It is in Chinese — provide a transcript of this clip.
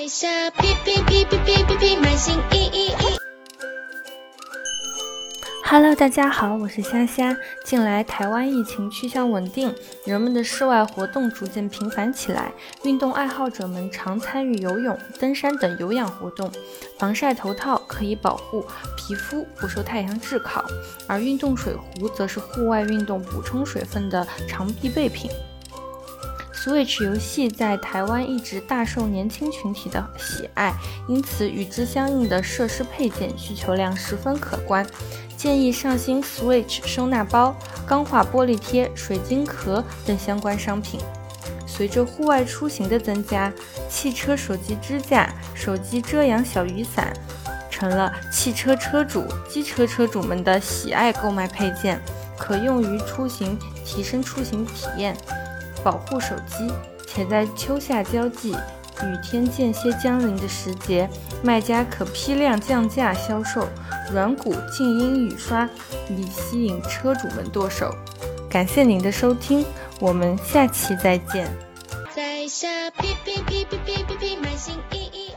下哔哔哔哔哔哔哔，满心意意。 Hello， 大家好，我是虾虾。近来台湾疫情趋向稳定，人们的室外活动逐渐频繁起来，运动爱好者们常参与游泳、登山等有氧活动。防晒头套可以保护皮肤不受太阳炙烤，而运动水壶则是户外运动补充水分的常必备品。Switch 游戏在台湾一直大受年轻群体的喜爱，因此与之相应的设施配件需求量十分可观。建议上新 Switch 收纳包、钢化玻璃贴、水晶壳等相关商品。随着户外出行的增加，汽车手机支架、手机遮阳小雨伞成了汽车车主、机车车主们的喜爱购买配件，可用于出行，提升出行体验，保护手机。且在秋夏交际、雨天间歇将临的时节，卖家可批量降价销售软骨静音雨刷，以吸引车主们剁手。感谢您的收听，我们下期再见。 在下哔哔哔哔哔哔哔，满心意意。